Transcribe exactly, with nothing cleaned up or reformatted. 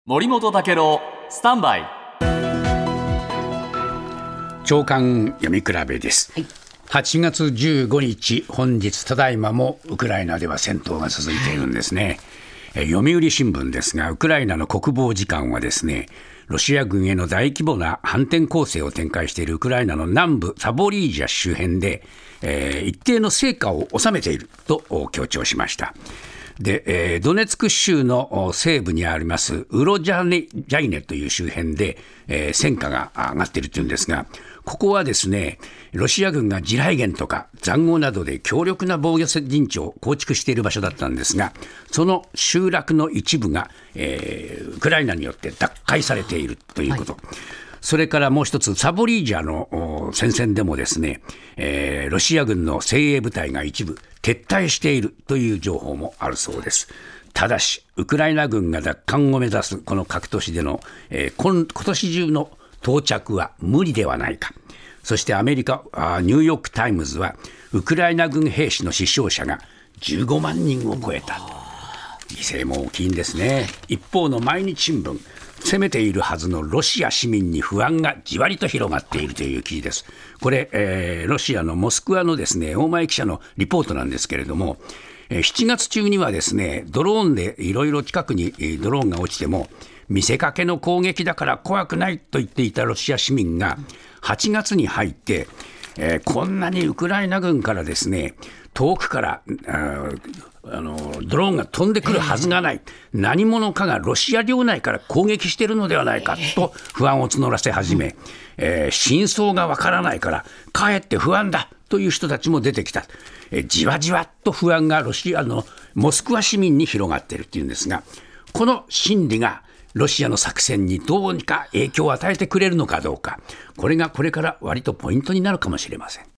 森本武郎スタンバイ朝刊読み比べです、はい、はちがつじゅうごにち本日ただいまもウクライナでは戦闘が続いているんですね。え読売新聞ですが、ウクライナの国防次官はですね、ロシア軍への大規模な反転攻勢を展開しているウクライナの南部ザポリージャ周辺で、えー、一定の成果を収めていると強調しました。で、えー、ドネツク州の西部にありますウロジャネジャイネという周辺で、えー、戦果が上がっているというんですが、ここはですね、ロシア軍が地雷原とか塹壕などで強力な防御陣地を構築している場所だったんですが、その集落の一部が、えー、ウクライナによって奪回されているということ、はい。それからもう一つ、ザポリージャの戦線でもですね、えー、ロシア軍の精鋭部隊が一部撤退しているという情報もあるそうです。ただし、ウクライナ軍が奪還を目指すこの各都市での、えー、今, 今年中の到着は無理ではないか。そしてアメリカニューヨークタイムズはウクライナ軍兵士の死傷者がじゅうごまんにんを超えた。犠牲も大きいんですね。一方の毎日新聞、攻めているはずのロシア市民に不安がじわりと広がっているという記事です。これ、えー、ロシアのモスクワのですね、大前記者のリポートなんですけれども、しちがつ中にはですね、ドローンでいろいろ近くにドローンが落ちても見せかけの攻撃だから怖くないと言っていたロシア市民がはちがつに入って、えー、こんなにウクライナ軍からですね、遠くからああのドローンが飛んでくるはずがない、何者かがロシア領内から攻撃しているのではないかと不安を募らせ始め、えー、真相がわからないからかえって不安だという人たちも出てきた。えー、じわじわと不安がロシアのモスクワ市民に広がっているというんですが、この心理がロシアの作戦にどうにか影響を与えてくれるのかどうか、これがこれから割とポイントになるかもしれません。